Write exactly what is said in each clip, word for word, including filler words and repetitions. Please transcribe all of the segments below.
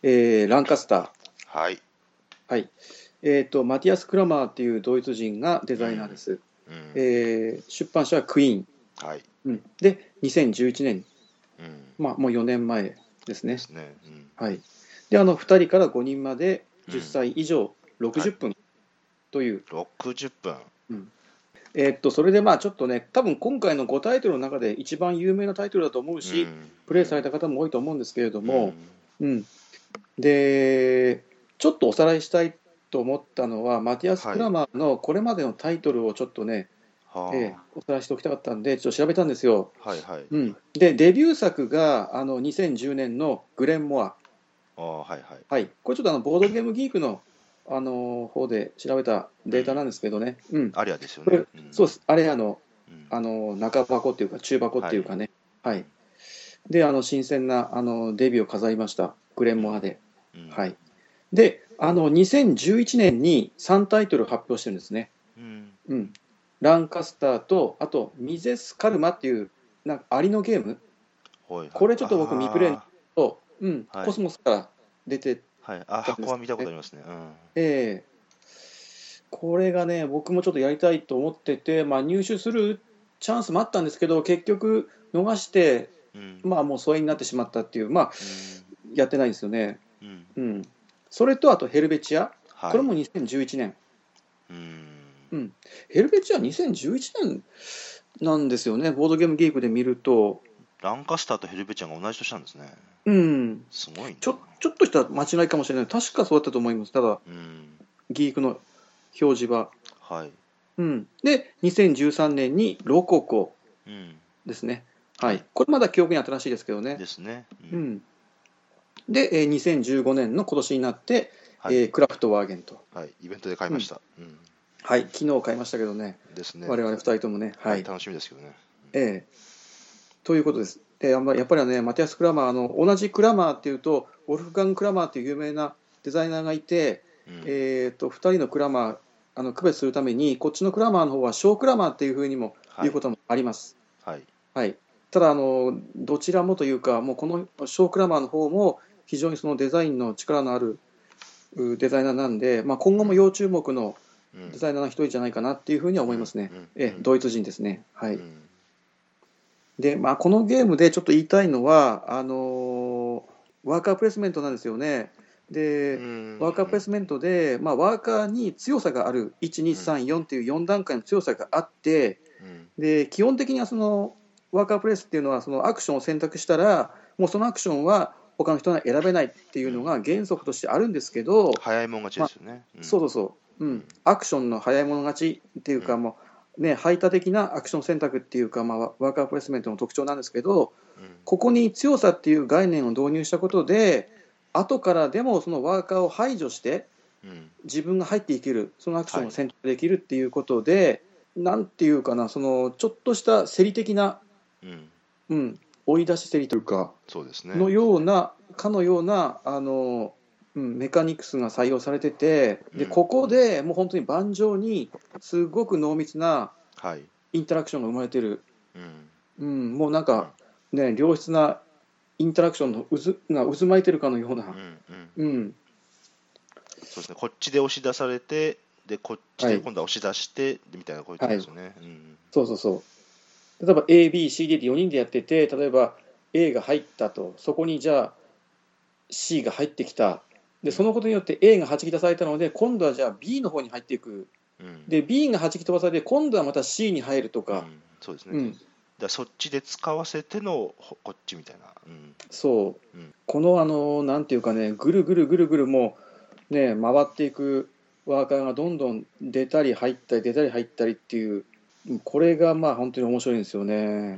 えーランカスター、 はい。 はいえーと、マティアス・クラマーっていうドイツ人がデザイナーです。 うん。 えー出版社はクイーン、 はい。 うん、でにせんじゅういちねん、 うん。 まあ、もうよねんまえですね。 ですね。うん。 はい、であのふたりからごにんまでじゅっうん。 さい以上60 はい。 分という、 ろくじゅっぷん。 うんえーっとそれでまあちょっとね、多分今回のごタイトルの中で一番有名なタイトルだと思ううん。 し、プレイされた方も多いと思うんですけれどうん。うも、 ん。 うん、でちょっとおさらいしたいと思ったのは、マティアス・はい。 クラマーのこれまでのタイトルをちょっとね、ええはおさらいしておきたかったんで、ちょっと調べたんですよ。 あ。はいはい。 うん、で、デビュー作があのにせんじゅうねんのグレン・モア。 ああ、はいはい。 はい、これちょっとあのボードゲームギークの、あの方で調べたうん。 データなんですけどね、うん、 アリアですよね。 これ、 うん。 そうです、あれあの、 うん。 あの中箱っていうか、中箱っはい。 ていうかね、はい、 うん。 で、あの新鮮なあのデビューを飾りました、グレン・うん。 モアで。 うん。 はい、で、あのにせんじゅういちねんにさんタイトル発表してるんですね。 うん。 うん、ランカスターと、あとミゼス・カルマっていうなんかアリのゲーム、 はいはい。 これちょっと僕未プレイのあと、うん、 あ。はい。 コスモスから出てはい。あ、 たんです箱は見たことね。 ありますね。うん。 ええこれがね、僕もちょっとやりたいと思ってて、まあ、入手するチャンスもあったんですけど、結局逃して、 うん。 まあもう疎遠になってしまったっていう、まあ、 うん。 やってないんですよね。 うん。 うん、それとあとヘルベチア、 はい。 これもにせんじゅういちねん、 うん。 うん、ヘルベチアにせんじゅういちねんなんですよね、ボードゲームギークで見ると。 ランカスターとヘルベチャンが同じ年なんですね。 うん、 すごいな。 ちょちょっとした間違いかもしれない、確かそうだったと思います、ただ、 うん。 ギークの表示は。 はい。 うん、で、にせんじゅうさんねんにロココうん。 ですね。はい、 はい。 これまだ記憶に新しいですけどね。 ですね。うん。 うん、で、えーにせんじゅうごねんの今年になって、 はい。 えークラフトワーゲンと、 はい。イベントで買いうん、 ました。うん。 はい、昨日買いましたけどね、 ですね。 我々ふたりともね。ははい。 い、 楽しみですけどね。 えーということです。で、やっぱりやっぱりね、マティアス・クラマー、あの同じクラマーっていうと、ウォルフガン・クラマーっていう有名なデザイナーがいて、 うん。 えー、とふたりのクラマー、あの区別するために、こっちのクラマーの方は小クラマーっていうふうにもはい。 言うこともあります。 はい。 はい、ただあの、どちらもというか、もうこの小クラマーの方も非常にそのデザインの力のあるデザイナーなんで、まあ、今後も要注目のうん。うん。 デザイナーの一人じゃないかなっていうふうにはうん。 思いますね。 うん。 えドイツ人ですね。はい。 うん。 で、まあ、このゲームでちょっと言いたいのは、あのワーカープレイスメントなんですよね。 うん。うで、ワーカープレイん。 スメントで、まあ、ワーカーに強さがある、いち、に、 うん。 さん、よんっていうよん段階の強さがあって、 うん。 で、基本的にはそのワーカープレイスっていうのは、そのアクションを選択したら、もうそのアクションは他の人が選べないっていうのが原則としてあるんですけど、 早いもん勝ちまあ、 ですよね。うん。 そうそうそう、うん、アクションの早い者勝ちっていうか、 うん。 もうね、排他的なアクション選択っていうか、まあ、ワーカープレイスメントの特徴なんですけど、 うん。 ここに強さっていう概念を導入したことで、後からでもそのワーカーを排除して、 うん。 自分が入っていける、そのアクショはい。 ンを選択できるっていうことで、なんていうかな、そのちょっとした競り的な、 うん。 うん、追い出し競りというか、 そうですね。 のような、かのような、あの、うん、メカニクスが採用されてて、で、 うん。 ここでもう本当に盤上に、すごく濃密なはい。 インタラクションが生まれてる。 うん。 うん、もうなんうん。 か、ね、良質なインタラクションの渦が渦巻いてるかのような、 うん。うん。 うん、 そうですね。こっちで押し出されて、で、こっちはい、 で今度は押し出して、みたいなこういうとこはい、 ろですよね。うん。 そうそうそう。例えば A、B、C、D ってよにんでやってて、例えば A が入ったと、そこにじゃあ C が入ってきた。で、 うん。 そのことによって A が弾き出されたので、今度はじゃあ B の方に入っていく。 うん。 で、B が弾き飛ばされて、今度はまた C に入るとか、 うん。そうですね。 うん、 だそっちで使わせてのほこっちみたいな。うん。 そう、 うん。 このあの、なんていうかね、ぐるぐるぐるぐるもうね、回っていくワーカーがどんどん出たり入ったり、出たり入ったりっていう、これがまあ本当に面白いんですよね。 うん。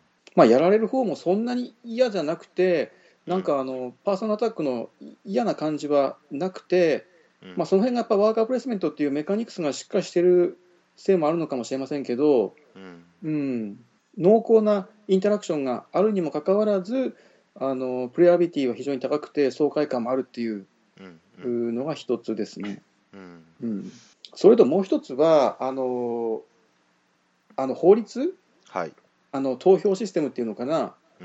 まあ、やられる方もそんなに嫌じゃなくて、なんうん。 かあのパーソナルアタックの嫌な感じはなくて、 うん。 まあ、その辺がやっぱワーカープレイスメントっていうメカニクスがしっかりしてるせいもあるのかもしれませんけど、 うん。 うん、濃厚なインタラクションがあるにもかかわらず、あのプレイアビリティは非常に高くて爽快感もあるっていううん。うん。 のが一つですね。 うん。 うん、それともう一つはあのあの法律、 はい。 あの投票システムっていうのかな、 うん。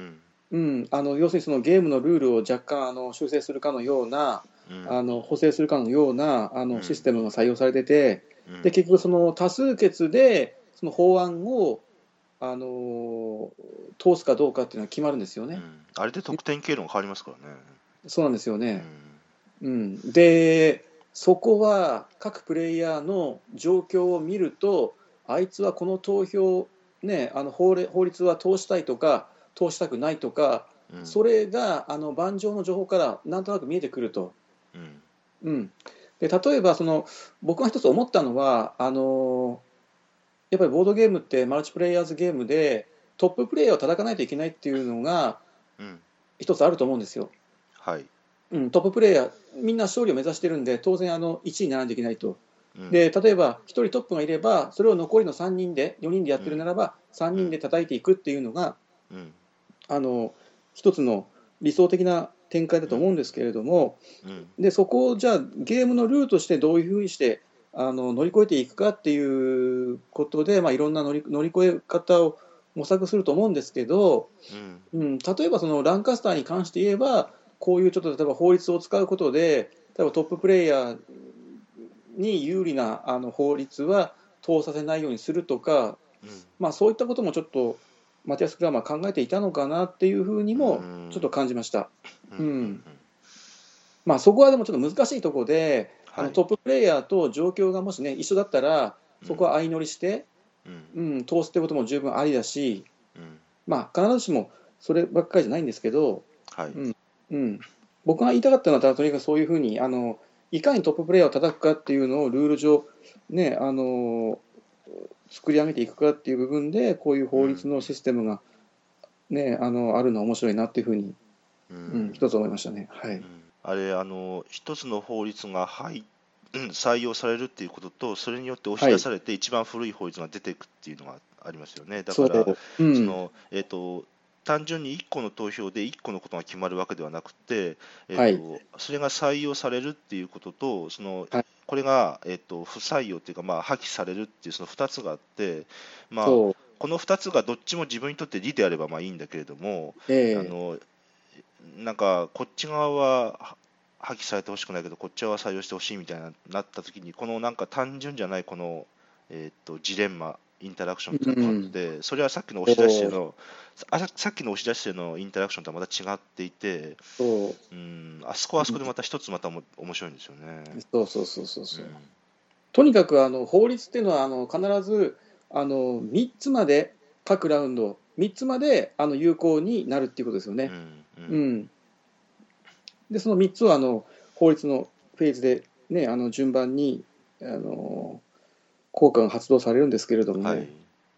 うん、あの要するにそのゲームのルールを若干あの修正するかのような、 うんあの補正するかのようなあうんのシステムが採用されてて、 うんで結局その多数決でその法案をあの通すかどうかっていうのは決まるんですよね。 うん、あれで得点経路が変わりますからね。 そうなんですようね。 んうん、で、そこは各プレイヤーの状況を見ると、あいつはこの投票、ね、あの法令法律は通したいとか、通したくないとか、 うんそれがあの盤上の情報からなんとなく見えてくると。 うんうん、で例えばその、僕が一つ思ったのはあの、やっぱりボードゲームってマルチプレイヤーズゲームで、トッププレイヤーを叩かないといけないっていうのがうん一つあると思うんですよ。 はい。 うん、トッププレイヤー、みんな勝利を目指してるんで、当然あのいちいにならないといけないと。 うんで例えばひとりトップがいれば、それを残りのさんにんで、よにんでやってるならば、さんにんで叩いていくっていうのが、 うんあの一つの理想的な展開だと思うんですけれども、 うんでそこをじゃあ、ゲームのルールとしてどういうふうにしてあの乗り越えていくかっていうことで、まあ、いろんな乗り乗り越え方を模索すると思うんですけど、 うんうん、例えばそのランカスターに関して言えば、こういうちょっと例えば法律を使うことで、例えばトッププレイヤーに有利なあの法律は通させないようにするとか、 うんまあ、そういったこともちょっとマティアス・クラーマー考えていたのかなっていうふうにうもちょっとん感じました。 うんうんうんまあ、そこはでもちょっと難しいところで、あはい。 のトッププレイヤーと状況がもしね、一緒だったら、そこは相乗りして、 うんうん、通すってことも十分ありだし、 うんまあ、必ずしもそればっかりじゃないんですけど、 はい。 うんうん、僕が言いたかったのは、とにかくそういうふうにあの、いかにトッププレイヤーを叩くかっていうのをルール上、ね、あの作り上げていくかっていう部分で、こういう法律うんのシステムが、ね、あのあるのは面白いなっていうふうに、 ううん、 ん一つ思いましたね。はい、 うんあれ、あの、一つの法律が入うん採用されるっていうことと、それによって押しはい、 出されて、一番古い法律が出ていくっていうのがありますよね。だから、 そう、うん、 その、えっと、単純にいっこの投票でいっこのことが決まるわけではなくて、えっはい、 と、それが採用されるっていうことと、その、 はい、 これが、えっと、不採用っていうか、まあ、破棄されるっていうそのふたつがあって、まあ、 そう、 このふたつがどっちも自分にとって利であればまあいいんだけれども、あえのなんかこっち側は破棄されてほしくないけど、こっちは採用してほしいみたいななったときに、このなんか単純じゃないこの、えーっとジレンマ、インタラクションっー、 ていうのがあっうん、 て、それはさっきの押し出してそう、 の、あささっきの押し出してのインタラクションとはまた違っていて、 そうん、あそこはあそこでまた一つまたも面白いんですよね。 う、そうそうそうそうそう。 うんとにかくあの法律っていうのはあの必ずあのみっつまで、各ラウンドみっつまであの有効になるっていうことですよね。 うんうんうん、でそのみっつはあの法律のフェーズで、ね、あの順番にあの効果が発動されるんですけれどもはい、 ね。うん、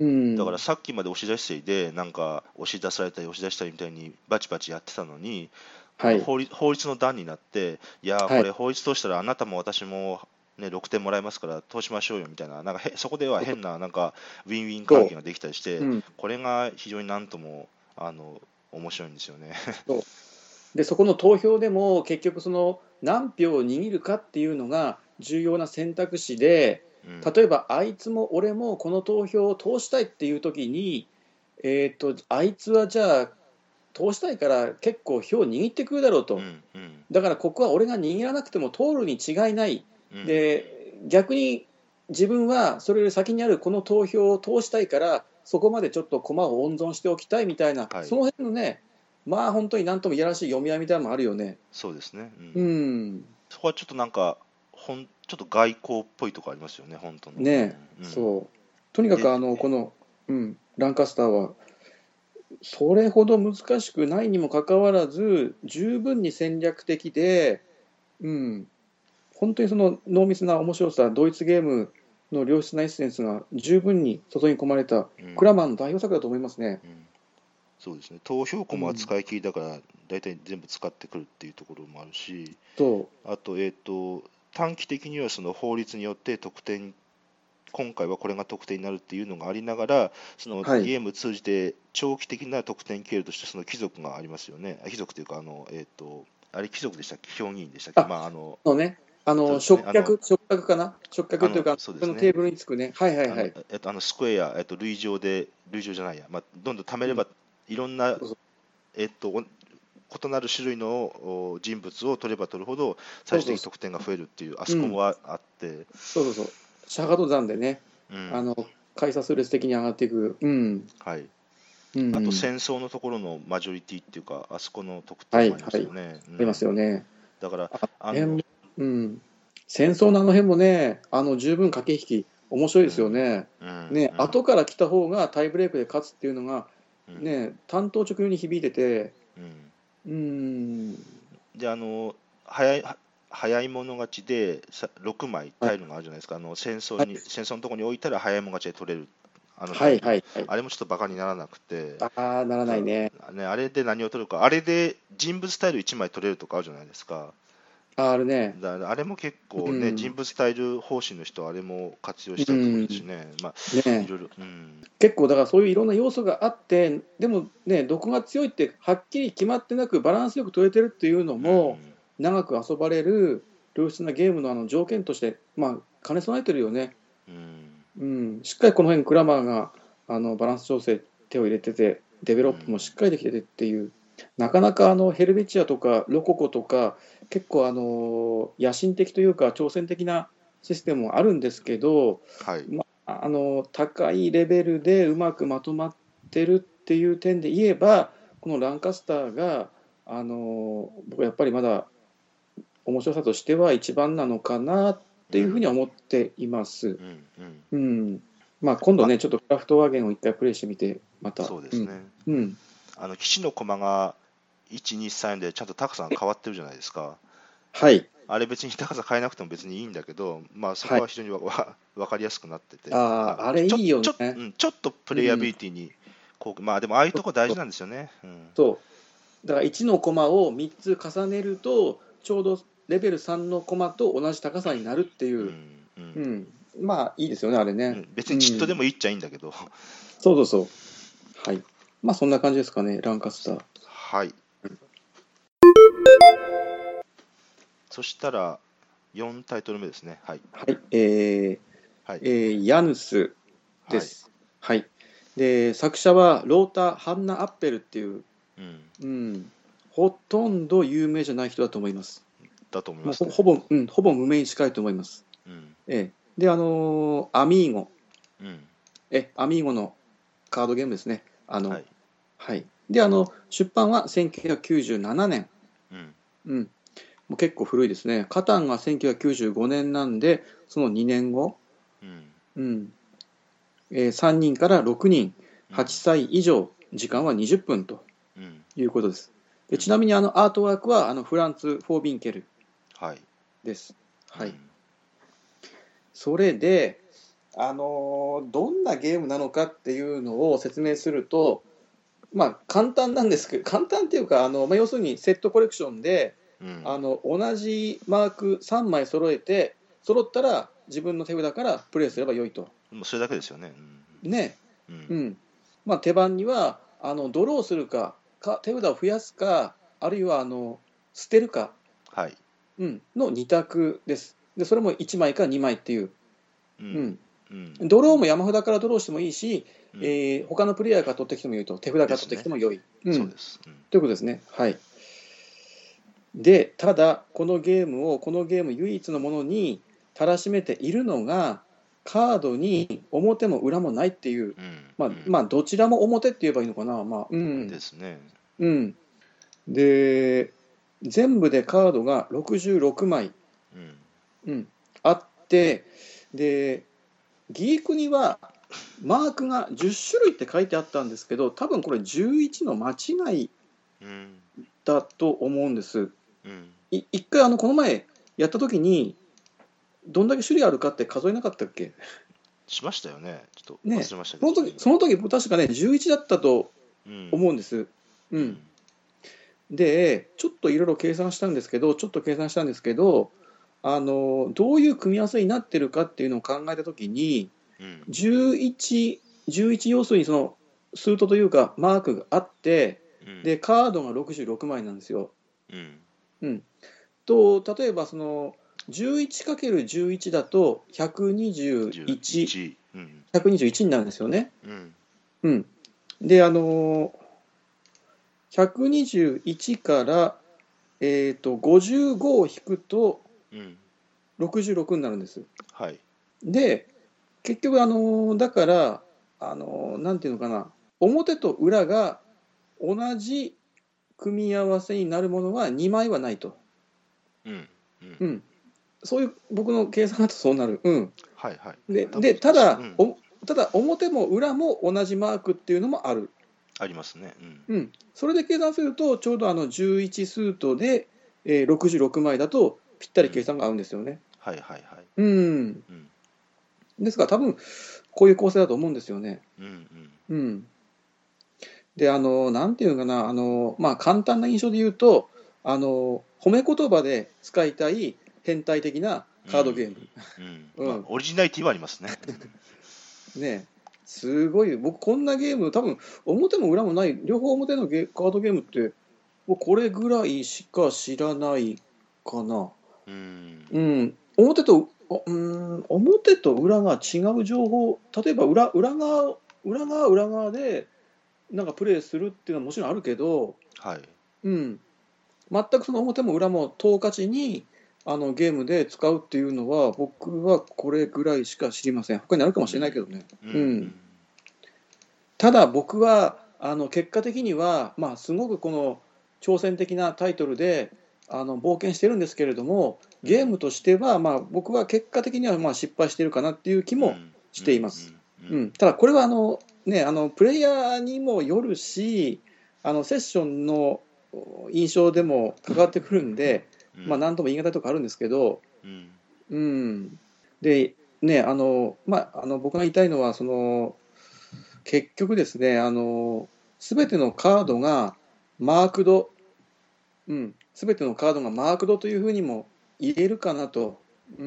だからさっきまで押し出していて、なんか押し出されたり押し出したりみたいにバチバチやってたのに、今度はい、 法律法律の段になって、いやー、 はい、 これ法律通したらあなたも私も、ね、ろくてんもらえますから通しましょうよみたいな、なんかへそこでは変ななんかウィンウィン関そ係ができたりしう、 て、 うん、 これが非常になんともあの面白いんですよね。 そうでそこの投票でも結局その何票を握るかっていうのが重要な選択肢で、 うん例えばあいつも俺もこの投票を通したいっていう時に、えー、とあいつはじゃあ通したいから結構票を握ってくるだろうと。 うんうんだからここは俺が握らなくても通るに違いない。 うんで逆に自分はそれより先にあるこの投票を通したいからそこまでちょっと駒を温存しておきたいみたいな、 はい、 その辺のね、まあ本当に何ともいやらしい読み合いみたいなのもあるよね。 そうですね、ううん、 んそこはちょっとなんかほんちょっと外交っぽいとこありますよね、本当の。 ねうんうん、 そうとにかくであのこの、うん、ランカスターはそれほど難しくないにもかかわらず十分に戦略的で、うん、本当にその濃密な面白さ、ドイツゲームの良質なエッセンスが十分に注ぎ込まれたうんクラマーの代表作だと思いますね。 うんそうですね、投票うん、 項も使い切りだから、大体全部使ってくるっていうところもあるし、 そあと、えーと、短期的にはその法律によって得点、今回はこれが得点になるっていうのがありながら、そのう、はい、 ゲーム通じて長期的な得点経路として、その貴族がありますよね、あ貴族というか、あのえーと、あれ、貴族でしたっけ、評議員でしたっけ、 あまあ、あのそうね、あのそうですね、あの食客、食客かな、食客あのというか、 そうですね、 このテーブルにつくね、はいはいあのはい、 えっと、あのスクエア、えっと、類状で、類状じゃないや、まあ、どんどん貯めれば、いろんなそうそうえっと、お異なる種類のお人物を取れば取るほど最終的に得点が増えるっていう、あそこもああって、 そうそうそう。シャガド山でね、 うんあの、回数列的に上がっていく。うん。 はい、 うあとん。 戦争のところのマジョリティっていうか、あそこの得はい、 点もありまはい。 すよね。うありますん、 よね。 だから、 あのあの、 辺も、うん。戦争のあの辺もね、あの、十分駆け引き、面白いですようん、 ね。 うん、 ね、 うん、 後から来た方がタイブレークで勝つっていうのが、 うん、 ね、単刀直入に響いてて、 うん。 うん。 で、あの、早い、は早い者勝ちでさろくまいはい、 タイルがあるじゃないですか、あの戦争はい、 に、戦争のところに置いたら早い者勝ちで取れる、あのタはい、 イル、 はい。はい。 あれもちょっとバカにならなくて、 ああ、ならないだ、 ね。 ね、あれで何を取るか、あれで人物タイルいちまい取れるとかあるじゃないですか。 あ、あるね。 だあれも結構ね、人うん。 物タイル方針の人はあれも活用しうたら得ですしん。 ね、まあ、いね。 ろいろ、うん、 結構だからそういういろんな要素があって、でもね、どこが強いってはっきり決まってなくバランスよく取れてるっていうのうも、 ん、 長く遊ばれる良質なゲームのあの条件として、まあ、兼ね備えてるよね。 うん、 うん、しっかりこの辺クラマーがあのバランス調整手を入れてて、デベロップもうん、 しっかりできててっていう、なかなかあのヘルベチアとかロココとか、結構あの野心的というか挑戦的なシステムもあるんですけど、 はい、 まあ、あの高いレベルでうまくまとまってるっていう点で言えば、このランカスターがあの僕はやっぱりまだ面白さとしては一番なのかなっていうふうにうん、 は思っています。 うん、うん、 うん。まあ、今度まあ、 ね、ちょっとクラフトワーゲンを一回プレイしてみて、また。うん。 そうですね。 うん。 あの、騎士の駒がいち、に、さんでちゃんと高さが変わってるじゃないですか。 はい。 あれ別に高さ変えなくても別にいいんだけど、まあそはい。 こは非常にわわ分かりやすくなってて、なんああ、あかちょ、 れいいよちょ、 ね。 うん、ちょっとプレイアうん。 ビリティにこう、まあでもああいうとこ大そう事なんですよね。うん。 そう。だからいちのコマをみっつ重ねると、ちょうどレベルさんのコマと同じ高さになるっていう。 うん。うん。 うん。まあ、いいですよね、あれね。 うん、別にじっとでうん。 もいいっちゃいいんだけど。 そうそうそう。はい。まあ、そんな感じですかね、ランカスター。 はい。そしたらよんタイトル目ですね。はい。 はい。えー、 はい。 えーヤヌスではい。 す。はい。で、作者はロータ・ハンナ・アッペルっていう、 うん。 うん、ほとんど有名じゃない人だと思います。 だと思いますね。 もうほほぼ、うん、ほぼ無名に近いと思います。 うん。 ええ、で、あのーアミーゴ、 うん。 え、アミーゴのカードゲームですね。あの、 はい。 はい。で、あの、出版はせんきゅうひゃくきゅうじゅうななねん。 うん。 うん。もう結構古いですね。カタンがせんきゅうひゃくきゅうじゅうごねんなんで、そのにねんご、 うん。 うん。えーさんにんからろくにん、 うん。 はっさい以上、時間はにじゅっぷんとうん。 いうことです。で、 うん。 ちなみにあのアートワークはあのフランツ・フォービンケルはい。 です。はい。 うん。 それで、あのーどんなゲームなのかっていうのを説明すると、まあ、簡単なんですけど、簡単っていうか、あのまあ、要するにセットコレクションで、 うん。 あの同じマークさんまい揃えて、揃ったら自分の手札からプレイすればよいと。 もうそれだけですよね。 ね。 うん。うん。 うんまあ、手番にはあのドローするか、か手札を増やすか、あるいはあの捨てるか、 はい。 うん、のに択です。で、それもいちまいかにまいっていう。 うん。 うん、 うん。 ドローも山札からドローしてもいいし、 うん。 えー他のプレイヤーから取ってきてもいいと、手札から取ってきですね。 てもよい。うん、 そうです。うん。 ということですね。はい。で、ただ、このゲームを、このゲーム唯一のものにたらしめているのが、カードに表も裏もないっていう、 うん。 まあ、 うん。 まあ、どちらも表って言えばいいのかな。まあ、うん、 ですね。 うん。で、全部でカードがろくじゅうろくまい、 うん。 うん、あって、で、ギークにはマークがじゅっしゅるいって書いてあったんですけど、多分これじゅういちの間違いうん。 だと思うんです。 うん。 い一回あのこの前やった時にどんだけ種類あるかって数えなかったっけしましたよね。ちょっと忘ね。 れましたけど。 その時その時確かねじゅういちだったとうん。 思うんです。ううん。 ん、でちょっといろいろ計算したんですけどちょっと計算したんですけどあのどういう組み合わせになってるかっていうのを考えた時にうん。 じゅういち、じゅういち要するにそのスートというかマークがあってうん。 でカードがろくじゅうろくまいなんですよ。 うん。 うん、と例えばその じゅういちかけるじゅういち だと 11。 ひゃくにじゅういち、 うん。 ひゃくにじゅういちになるんですよね。 うん。 うん、であのひゃくにじゅういちから、えー、とごじゅうごを引くとうん。 ろくじゅうろくになるんです。 はい。 で、結局、あのだから、あのなんていうのかな、表と裏が同じ組み合わせになるものはにまいはないと。 うん。うん。 うん。そういう僕の計算だとそうなる。うん。 はいはい。 で、 多分でただ、 うん。 おただ表も裏も同じマークっていうのもある。 ありますね。うん。 うん。それで計算すると、ちょうどあのじゅういちスートで、えーろくじゅうろくまいだとぴったり計算が合うんですよね。 はいはいはい。 うん。 うん。 ですから多分こういう構成だと思うんですよね。 うんうん。 うん。で、あの、なんていうのかな、あの、まあ、簡単な印象で言うと、あの、褒め言葉で使いたい変態的なカードゲーム。 うん。 うん。 まあ、オリジナリティはありますね。 ね、すごい、僕こんなゲーム、多分表も裏もない、両方表のゲカードゲームって、もうこれぐらいしか知らないかな。 うん。 うん。表と、うん、表と裏が違う情報、例えば裏、裏側、裏側、裏側で、なんかプレイするっていうのはもちろんあるけど、 はい。 うん、全くその表も裏も等価値にあのゲームで使うっていうのは、僕はこれぐらいしか知りません。他にあるかもしれないけどね。 うん。 ううんん。 ただ僕はあの結果的には、まあ、すごくこの挑戦的なタイトルであの冒険してるんですけれども、ゲームとしては、まあ、僕は結果的にはまあ失敗してるかなっていう気もしています。 うん。うん。 うん、ただこれはあの、ね、あのプレイヤーにもよるし、あのセッションの印象でも関わってくるんで、まあ、何とも言い難いところあるんですけど、 うん。 うん、でね、あのまあ、あの僕が言いたいのはその結局ですね、あの全てのカードがマークド、うん、全てのカードがマークドというふうにも言えるかなと。うん、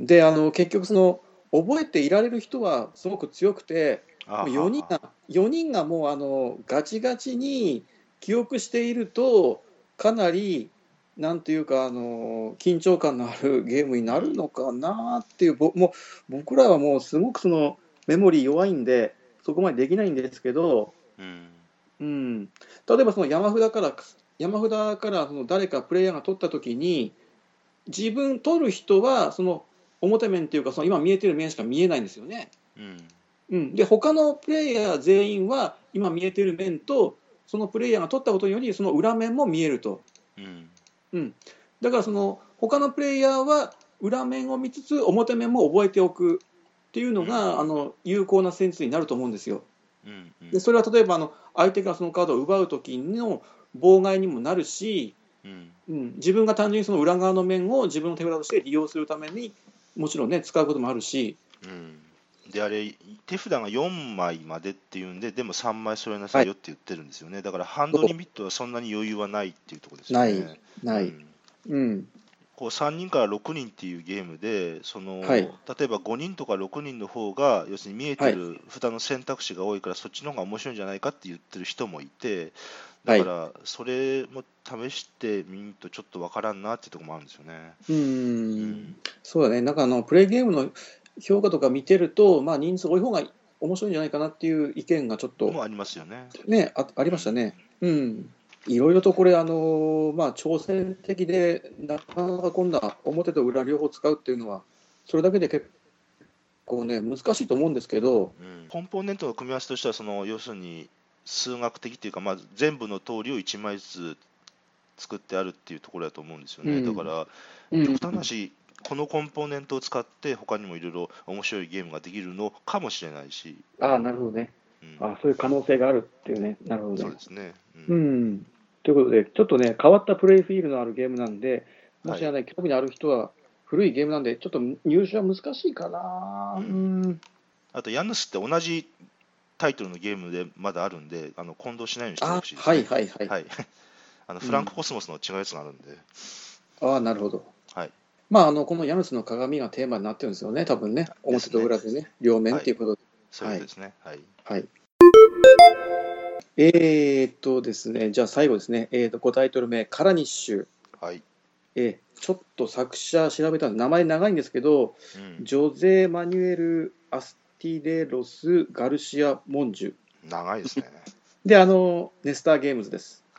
で、あの結局その覚えていられる人はすごく強くて、もうあは 4人は。 がよにんがもうあのガチガチに記憶していると、かなりなんていうかあの緊張感のあるゲームになるのかなっていう、ぼもう僕らはもうすごくそのメモリー弱いんでそこまでできないんですけど、 うん。 うん、例えばその山札から山札からその誰かプレイヤーが取ったときに、自分取る人はその表面っていうかその今見えてる面しか見えないんですよね。 うん。 うん、で他のプレイヤー全員は今見えてる面とそのプレイヤーが取ったことによりその裏面も見えると。 うん。 うん、だからその他のプレイヤーは裏面を見つつ表面も覚えておくっていうのが、 うんあの有効な戦術になると思うんですよ。 うん。 でそれは例えばあの相手がそのカードを奪う時の妨害にもなるし、 うん。 うん、自分が単純にその裏側の面を自分の手札として利用するためにもちろんね使うこともあるし、 うん。で、あれ、手札がよんまいまでっていうんで、でもさんまい揃えなさはい、 いよって言ってるんですよね。だからハンドそリミットはそんなに余裕はないっていうところですうないよね。うない、 ん。 うん、 こうさんにんからろくにんっていうゲームで、そはいの例えばごにんとかろくにんの方が、要するに見えてはいる札の選択肢が多いから、そっちの方が面白いんじゃないかって言ってる人もいて、だはい、 からそれも試してみんとちょっとわからんなっていうところもあるんですよね。 ううん。 ん、そうだね。なんかあのプレイゲームの評価とか見てると、まあ、人数多い方が面白いんじゃないかなっていう意見がちょっともうありますよね。 ね、あ、ありましたね。うん。いろいろとこれ、あのまあ、挑戦的で、なかなか今度は表と裏両方使うっていうのは、それだけで結構ね、難しいと思うんですけど、 うん。コンポーネントの組み合わせとしては、その要するに数学的っていうか、まあ、全部の通りをいちまいずつ作ってあるっていうところだと思うんですよね。だかうん、 ら、極うん、 端な話、このコンポーネントを使って他にもいろいろ面白いゲームができるのかもしれないし、 ああ、なるほどね。 うん、 ああ、そういう可能性があるっていうね。なるほどね。 そうですね。ううん、 ん。ということで、ちょっとね、変わったプレイフィールのあるゲームなんで、もはい。 しあね、興味のある人は、古いゲームなんで、ちょっと入手は難しいかな。ううん、 ん。 あと、ヤヌスって同じタイトルのゲームでまだあるんで、あの混同しないようにしてあ、 ほしいですはいね。 はいはい。 はい。あのうん。 フランクコスモスの違うやつがあるんで、 ああ、なるほど。 はい。 まあ、あの、このヤヌスの鏡がテーマになってるんですよね、多分ね。表とですね。 裏でね、両面はい。 っていうことで。はい。 そういうことですね。はい。 はい。えーっとですね、じゃあ最後ですね。えーっと、ごタイトル目、カラニッシュ。 はい。 えーちょっと作者調べたんで、名前長いんですけど、 うん。 ジョゼ・マニュエル・アスティレロス・ガルシア・モンジュ。 長いですね。 で、あの、ネスターゲームズです。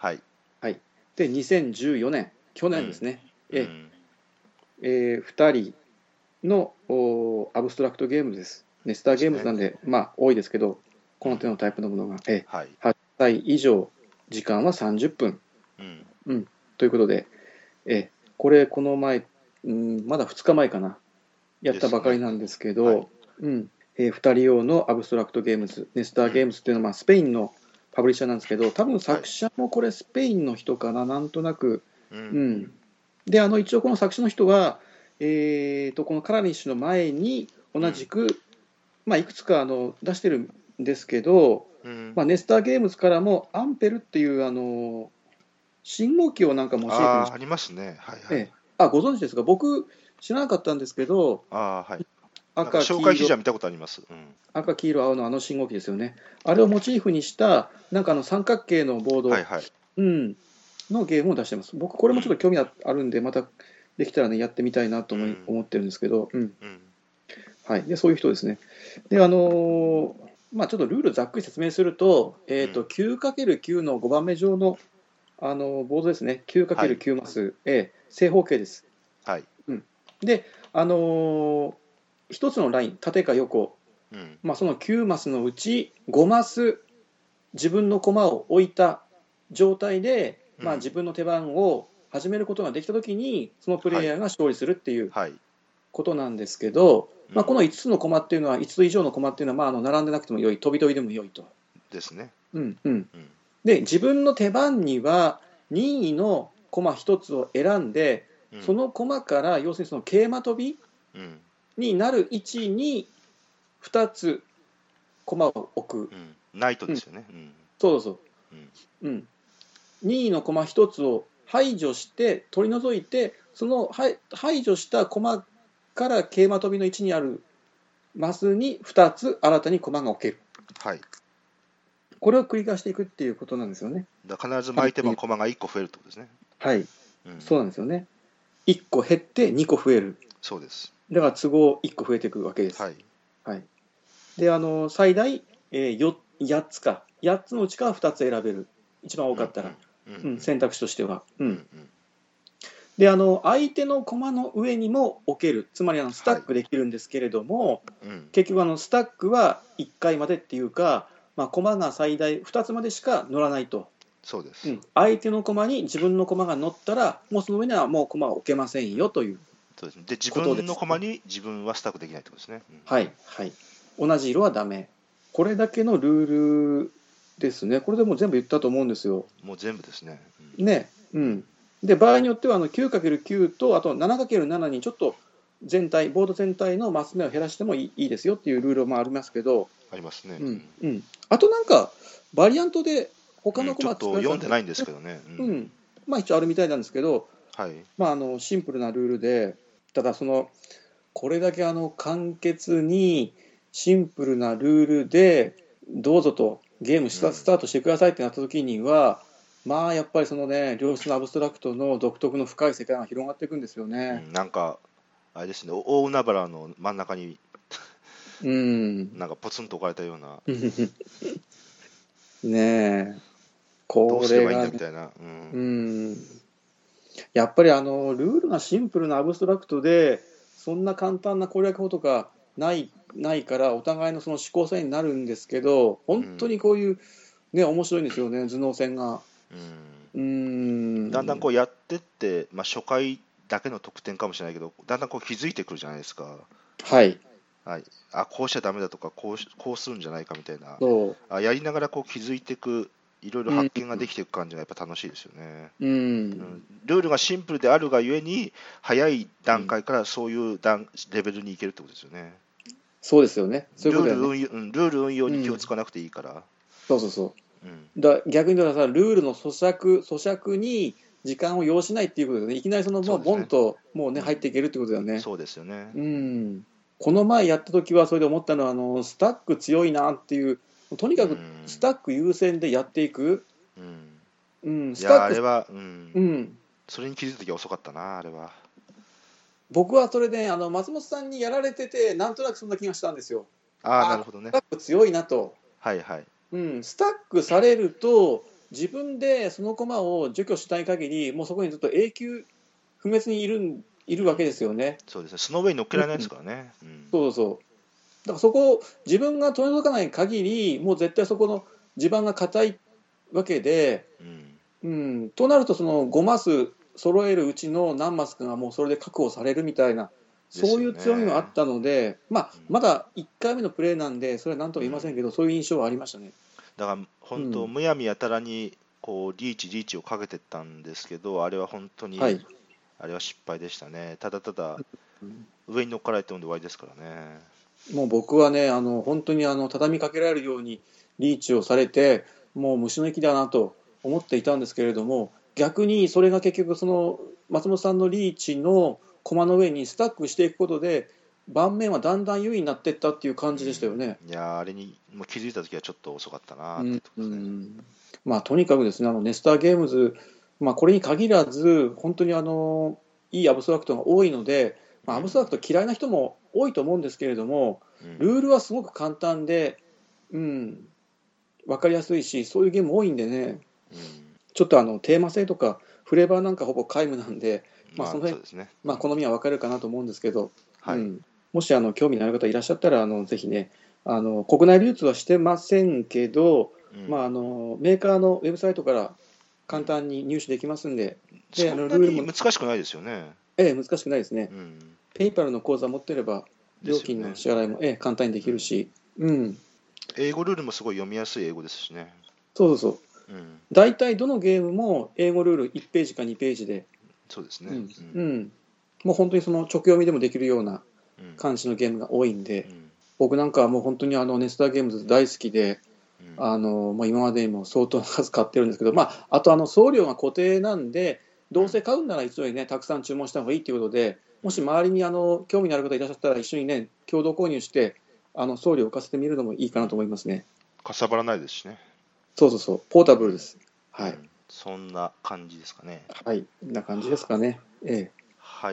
はい。 はい。で、にせんじゅうよねん、去年ですね。えうん。 えーふたりのおアブストラクトゲームです。ネスターゲームズなんで、まあ、多いですけど、この手のタイプのものが、えはい。 はっさい以上、時間はさんじゅっぷん。 うん。 うん。ということで、えこれ、この前、うん、まだふつかまえかな、やったばかりなんですけど、 はい。 うんえー、ふたり用のアブストラクトゲームズ、ネスターゲームズっていうのは、まあ、スペインのパブリッシャーなんですけど、多分作者もこれ、スペインの人かな、なんとなく。 う。 うんん、で、あの一応、この作者の人は、えー、とこのカラニッシュの前に、同じく、まあ、いくつかあの出してるんですけど、 うん。 まあ、ネスターゲームズからも、アンペルっていうあの信号機をなんかモチーフにしああ、ありますね。はいはい。 て、あ、ご存知ですか？僕、知らなかったんですけど、 ああ、はい。なんか赤、 紹黄色、 介記事は見たことあります。うん。 赤、黄色、青のあの信号機ですよね。あれをモチーフにした、なんかあの三角形のボード、 はいはい。 うん、のゲームを出してます。僕、これもちょっと興味ああるんで、またできたらね、やってみたいなと思いうん。 思ってるんですけど、うん、 うん。 はい。で、そういう人ですね。で、あのーまあ、ちょっとルールざっくり説明すると、えっと、 うん。 きゅうかけるきゅう のごばんめ上の、あのボードですね。 はい。 きゅうかけるきゅう マス、えー正方形です。 はい。 うん。で、あのー一つのライン、縦か横、 うん。 まあ、そのきゅうマスのうちごマス自分の駒を置いた状態で、まあ、 うん。 自分の手番を始めることができたときに、そのプレはい。 イヤーが勝利するっていうはい。 ことなんですけど、まあ、こうん。 のいつつの駒っていうのは、いつつ以上の駒っていうのは、まあ、あの並んでなくても良い、飛び飛びでも良いと。 ですね。 うんうん、 うん。 で、自分の手番には任意の駒ひとつを選んで、 うん。 その駒から要するにその桂馬跳びうん。 になる位置にふたつ駒を置く。 うん。ナイトうん、 ですよね。うん。 そうそう、 うん。 うん、任意の駒ひとつを排除して取り除いて、その排除した駒から桂馬跳びの位置にあるマスにふたつ新たに駒が置ける。 はい。 これを繰り返していくっていうことなんですよね。 だから必ず相手番駒がいっこ増えるってことですね。 はい、 うん。 そうなんですよね。いっこ減ってにこ増える。 そうです。 だから都合いっこ増えていくわけです。 はい。 はい、で、あの最大、えー、よやっつか、やっつのうちからふたつ選べる。一番多かったら、 うん。うん。 うん、選択肢としては。ううん。うん。 ん、で、あの相手の駒の上にも置ける。つまりあのスタッはい。 クできるんですけれども、 うん。 結局あのスタックはいっかいまでっていうか、まあ、駒が最大ふたつまでしか乗らないと。 そうです。 うん、相手の駒に自分の駒が乗ったら、もうその上にはもう駒は置けませんよというそうですね。で、自分のことです。 駒に自分はスタックできないってことですね。うん。 はい、はい。同じ色はダメ。これだけのルールですね。これでもう全部言ったと思うんですよ。 もう全部ですね。 ね。うん。で、場合によってはあの きゅうかけるきゅう と、あと ななかけるなな にちょっと全体、ボード全体のマス目を減らしてもいいいいですよっていうルールもありますけど、 ありますね。 うん、うん。あとなんか、バリアントで他うん。 のうん、ちょっ駒使うやつは、 と読んでないんですけどね。うん。 うん。まあ一応あるみたいなんですけど、 はい。 まああのシンプルなルールで、ただその、これだけあの簡潔にシンプルなルールでどうぞとゲームスタうん。 スタートしてくださいってなった時には、まあやっぱりそのね、良質なアブストラクトの独特の深い世界が広がっていくんですよね。 うん。なんか、あれですね。大海原の真ん中にうん。 なんかポツンと置かれたような、 ねえ、 どうすればいいんこれがね、 だみたいな。う。 うんん。やっぱりあのルールがシンプルなアブストラクトで、そんな簡単な攻略法とかないないから、お互いのその思考性になるんですけど、本当うん。 にこういう、ね、面白いんですよね、頭脳戦が。 うん。 うーだんだんこん、 うやってって、まあ、初回だけの得点かもしれないけど、だんだんこう気づいてくるじゃないですか。 はい、 はい、あ、こうしちゃダメだとか、こうし、こうするんじゃないかみたいな、 そあ、やりながらこう気づいていく、いろいろう、うん、 発見ができていく感じがやっぱ楽しいですよね。 ううん、 ん、 ルールがシンプルであるがゆえに、早い段うん、 階からそういう段レベルに行けるってことですよね。 そうですよね、そういうことだよね。 ルール運用、うん、ルール運用に気をうん、 つかなくていいから。 そうそうそうん、 う。だ逆に言うとさ、ルールの咀嚼、咀嚼に時間を要しないっていうことだよね。いきなりそのもうボンそうですね。 ともうね、 うん、 入っていけるってことだよね。 そうですよね。 うん、この前やった時はそれで思ったのは、あのスタック強いなっていう、とにうん、 かくスタック優先でやっていく、 うん。 うん、 いや、 スタック、 あれは、うん、 うん、 それに気づいたときは遅かったな、あれは。 僕はそれで、あの松本さんにやられてて、なんとなくそんな気がしたんですよ。 ああ、なあ、 るほどね。 スタック強いなと、 はいはい。 うん、スタックされると、 自分でその駒を除去しない限り、もうそこにずっと永久不滅にいるんいるわけですよね。 そうですね、その上に乗っけられないですうん、 からね。うん。 そうそう。だからそこを自分が取り除かない限り、もう絶対そこの地盤が硬いわけで、 うん。 うん、となると、そのごマス揃えるうちの何マスかがもうそれで確保されるみたいな、 ですよそういう強みもあね。 ったので、まあ、 うん。 まだいっかいめのプレーなんで、それは何とも言いませんうん。 けど、そういう印象はありましたね。 だから本当、 うん、 むやみやたらにこうリーチ、リーチをかけてったんですけど、あれは本当に、 はい。 あれは失敗でしたね。ただただうん、 上に乗っかられてもんで終わりですからね。 もう僕はね、あの本当にあの畳みかけられるようにリーチをされて、もう虫の息だなと思っていたんですけれども、逆にそれが結局、その松本さんのリーチの駒の上にスタックしていくことで、盤面はだんだん優位になっていったっていう感じでしたよね。 うん、いやー、あれにもう気づいたときはちょっと遅かったなっていうん、 うところですね。 うん、まあ、とにかくですね、あのネスターゲームズ、まあ、これに限らず、本当にあのいいアブストラクトが多いので、まあ、アブストラクト嫌いな人も多いと思うんですけれども、 うん、うん、 ルールはすごく簡単で、うん、分かりやすいし、そういうゲーム多いんでね、 うん、 ちょっとあのテーマ性とかフレーバーなんかほぼ皆無なんで、まあ、 まあその辺、 そうですね。うまあ、 ん、 好みは分かるかなと思うんですけど、うはい。 ん、もしあの興味のある方いらっしゃったら、あのぜひね、あの国内流通はしてませんけど、 うん、 まあ、あのメーカーのウェブサイトからうん、 簡単に入手できますんで、であそんなのルールも、 に難しくないですよね。 ええ、難しくないですね。 うん、 ペイパルの口座持ってれば、料金のですよね。 支払いも、ええ、簡単にでうん、 きるし、うん、 英語ルールもすごい読みやすい英語ですしね。 そうそうそう。 うん、 大体どのゲームも英語ルールいちページかにページで、 そうですね。 うん、 うん、 うん、もう本当にその直読みでもできるようなうん、 感じのゲームが多いんで、 うん、 僕なんかはもう本当にあのネスターゲームズ大好きで、 うん、 あのもう今までにも相当な数買ってるんですけど、まあ、あとあの送料が固定なんで、 うん、 どうせ買うなら一度にね、たくさん注文した方がいいということで、もしうん。 周りにあの興味のある方いらっしゃったら、一緒にね、共同購入して、あの送料を浮かせてみるのもいいかなと思いますね。 かさばらないですしね。 そうそうそう、ポータうん、 ブルです。はい。 うん。そんな感じですかね。 はい。こんな感じですかね。ええ。 はい。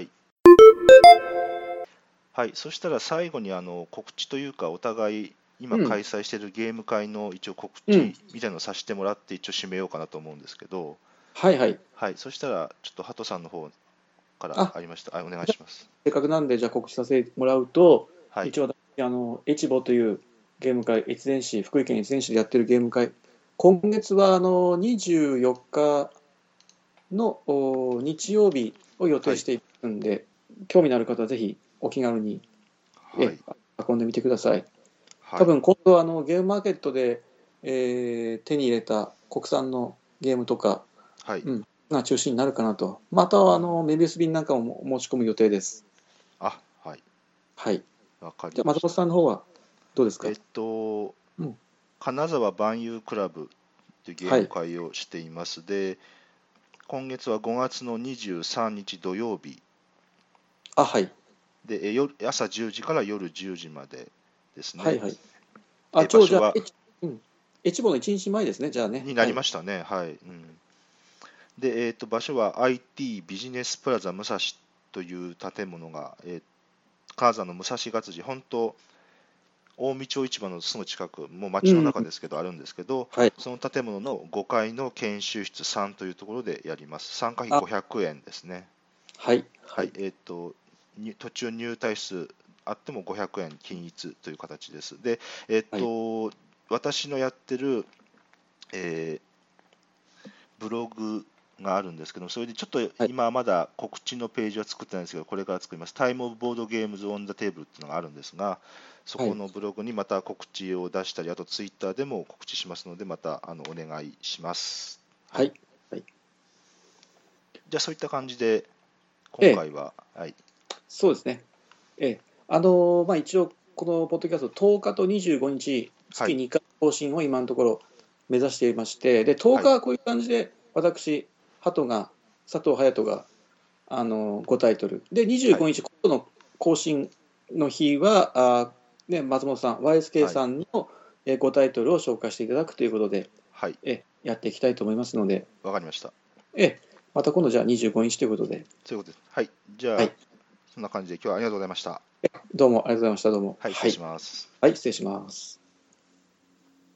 はい。そしたら最後にあの告知というか、お互い今うん。 開催しているゲーム会の一応告うん。 知みたいなのをさせてもらって一応締めようかなと思うんですけど、 はいはい。 はい。そしたらちょっとハトさんの方からあ、 ありました。はい、お願いじゃあします。 せっかくなんで、じゃあ告知させてもらうと、 はい。 一応私、あの、エチボというゲーム会、越前市、福井県越前市でやってるゲーム会、今月はあのにじゅうよっかのお日曜日を予はい。 定していますんで、興味のある方はぜひお気軽にえはい。 運んでみてください。 はい。 多分今度はあのゲームマーケットで、えー手に入れた国産のゲームとか、 はい。 うん、が中心になるかなと。またはあうん。 のメビウス便なんかも申し込む予定です。 あ、はい。 はい。 わかじゃあ松本りました。 さんの方はどうですか？ えっと、 うん。 金沢万有クラブというゲームはい。 会をしています。で、今月はごがつのにじゅうさんにち土曜日あ、はい。 で、え夜朝じゅうじから夜じゅうじまでですね。 はいはい。あ、 えちょうどじゃあ、 場所はエチ、うん。エチボのいちにちまえですね、じゃあね。 になりはい。 ましたね。はい。うん、で、えっと、場所は アイティー ビジネスプラザ武蔵という建物が、えー金沢の武蔵勝寺、本当、近江町市場のすぐ近く、もう街のうん。 中ですけど、あるんですけど、 はい。 その建物のごかいの研修室さんというところでやります。参加費あ、 ごひゃくえんですね。 はい。 はい、 はい。 えっと、に途中入退室あってもごひゃくえん均一という形です。で、えっはい。 と、私のやってる、えーブログがあるんですけど、それでちょっとはい。 今まだ告知のページは作ってないんですけど、これから作ります。タイムオブボードゲームズオンザテーブルっていうのがあるんですが、そはい。 このブログにまた告知を出したり、あとツイッターでも告知しますので、またあのお願いします。はい。 はい。はい。 じゃあそういった感じで、 ええ、 今回は、はい。 そうですね。ええ。あのーまあ、一応、このポッドキャストとおかとにじゅうごにち、月はい。 にかい更新を今のところ目指していまして、で、10 はい。 日はこういう感じで、私、鳩が、佐藤隼人が、あのーごタイトル。で、25 はい。 日、今度の更新の日は、あーね、松本さん、ワイエスケーはい。 さんのえーごタイトルを紹介していただくということで、 はい。 えやっていきたいと思いますので、 わかりました。 えまた今度じゃあにじゅうごにちということで、 そういうことです。はい。じゃあ、 はい。 そんな感じで今日はありがとうございました。 どうもありがとうございました。どうも。 はい、失礼しはい。 ます。 はい、失礼します。